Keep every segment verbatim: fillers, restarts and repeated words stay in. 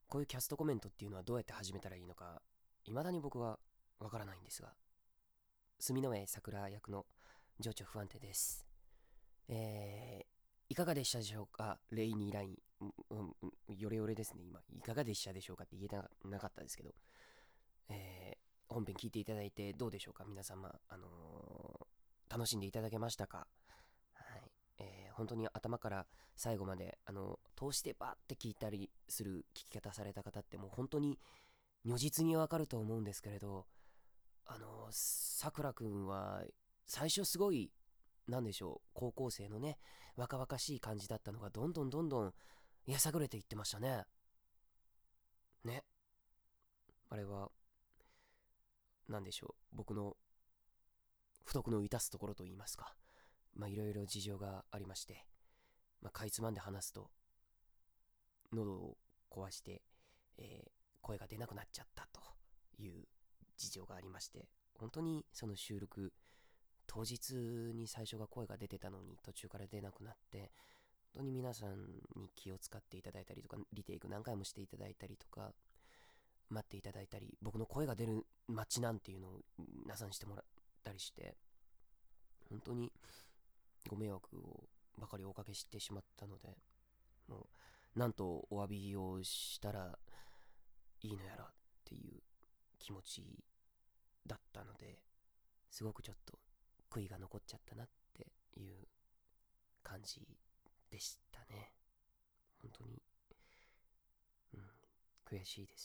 こういうキャストコメントっていうのはどうやって始めたらいいのか、未だに僕はわからないんですが、住之江桜役の情緒不安定です。えー、いかがでしたでしょうか、レイニーライン。うんうんうん、ヨレヨレですね、今。いかがでしたでしょうかって言えななかったですけど、えー、本編聞いていただいてどうでしょうか、皆様。あのー楽しんでいただけましたか？はい。えー本当に頭から最後まで、あの、通してバーって聞いたりする聞き方された方ってもう本当に如実にわかると思うんですけれど、あの、さくらくんは最初すごい、なんでしょう、高校生のね、若々しい感じだったのがどんどんどんどんやさぐれていってましたね。ね。あれは、なんでしょう、僕の不徳の致すところと言いますか。まあいろいろ事情がありまして、まあかいつまんで話すと、喉を壊して、えー声が出なくなっちゃったという事情がありまして、本当にその収録当日に最初が声が出てたのに途中から出なくなって、本当に皆さんに気を使っていただいたりとか、リテイク何回もしていただいたりとか、待っていただいたり、僕の声が出る待ちなんていうのを皆さんしてもらったりして、本当にご迷惑をばかりおかけしてしまったので、もうなんとお詫びをしたらいいのやらっていう気持ちだったので、すごくちょっと悔いが残っちゃったなっていう感じでしたね。本当に、うん、悔しいです。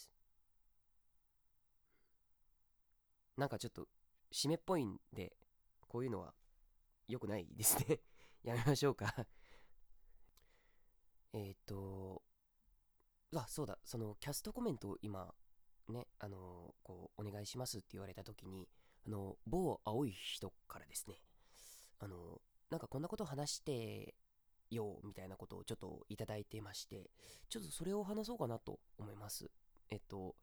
なんかちょっと締めっぽいんで、こういうのは良くないですね。やめましょうか。えっと、あ、そうだ、そのキャストコメントを今、ね、あのこう、お願いしますって言われた時に、あの、某青い人からですね、あの、なんかこんなこと話してよみたいなことをちょっといただいてまして、ちょっとそれを話そうかなと思います。えっと、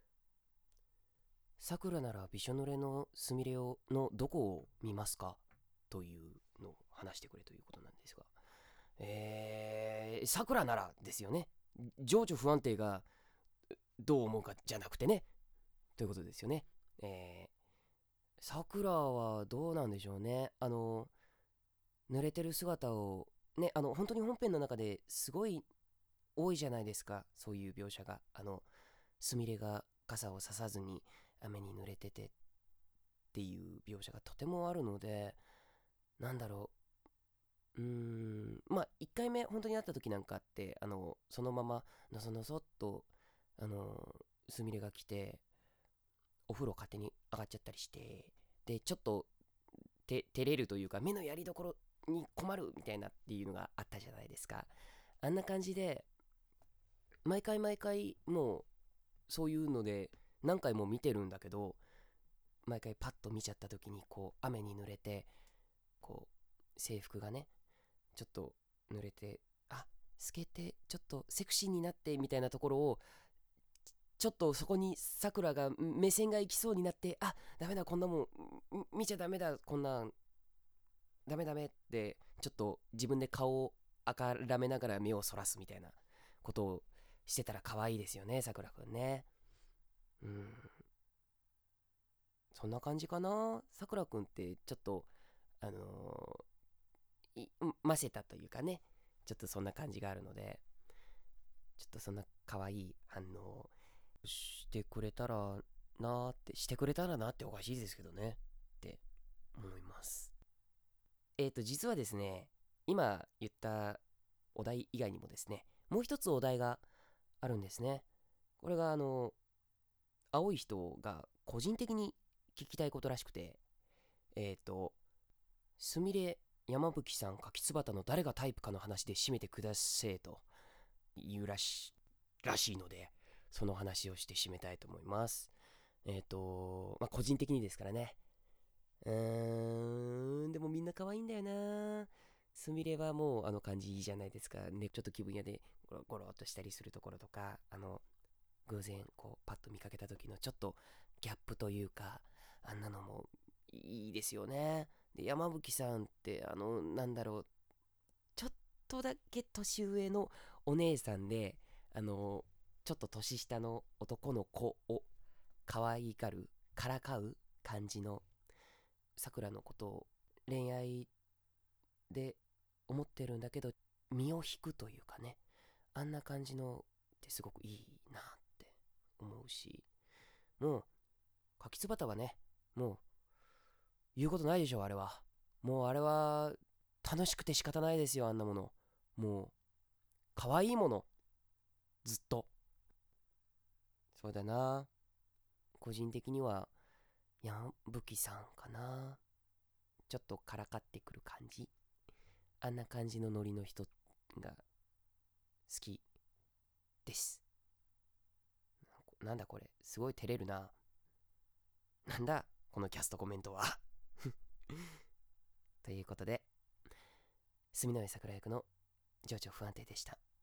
さくらならびしょ濡れのすみれをのどこを見ますかというのを話してくれということなんですが、えー、さくらならですよね。情緒不安定がどう思うかじゃなくてね、ということですよね。えー、さくらはどうなんでしょうね。あの、濡れてる姿を、ね、あの、本当に本編の中ですごい多いじゃないですか、そういう描写が。あの、すみれが傘をささずに雨に濡れててっていう描写がとてもあるので、なんだろう、うーん、まあ、いっかいめ本当に会った時なんかって、あの、そのままのそのそっと、あの、すみれが来て、お風呂勝手に上がっちゃったりして、で、ちょっとて照れるというか、目のやりどころに困るみたいなっていうのがあったじゃないですか。あんな感じで、毎回毎回もうそういうので何回も見てるんだけど、毎回パッと見ちゃった時にこう雨に濡れて、こう制服がねちょっと濡れて、あ、透けてちょっとセクシーになってみたいなところを、ちょっとそこにさくらが目線が行きそうになって、あ、ダメだこんなもん見ちゃダメだ、こんなんダメダメってちょっと自分で顔を赤らめながら目をそらすみたいなことをしてたら可愛いですよね、さくらくんね。うん、そんな感じかな。さくらくんってちょっとあのーいませたというかね、ちょっとそんな感じがあるので、ちょっとそんな可愛い反応をしてくれたらなーって、してくれたらなっておかしいですけどねって思います。えっ、と、実はですね、今言ったお題以外にもですね、もう一つお題があるんですね。これが、あの、青い人が個人的に聞きたいことらしくて、えっ、と、すみれ、山吹さん、柿つばたの誰がタイプかの話で締めてくだせえと言うらしらしいので、その話をして締めたいと思います。えっ、と、まあ、個人的にですからね。うーん、でもみんな可愛いんだよな。すみれはもうあの感じいいじゃないですか。ね、ちょっと気分屋でゴロゴロっとしたりするところとか、あの、偶然こうパッと見かけた時のちょっとギャップというか、あんなのもいいですよね。で、山吹さんってあの、なんだろう、ちょっとだけ年上のお姉さんで、あの、 ちょっと年下の男の子を可愛がるからかう感じのさくらのことを恋愛で思ってるんだけど身を引くというかね、あんな感じのってすごくいいなって思うし、もう柿つばたはね、もう言うことないでしょ。あれはもうあれは楽しくて仕方ないですよ。あんなものもう可愛いもの、ずっと。そうだな、個人的にはヤンブキさんかな。ちょっとからかってくる感じ、あんな感じのノリの人が好きです。なんだこれ、すごい照れるな。なんだこのキャストコメントはということで、住之江桜役の情緒不安定でした。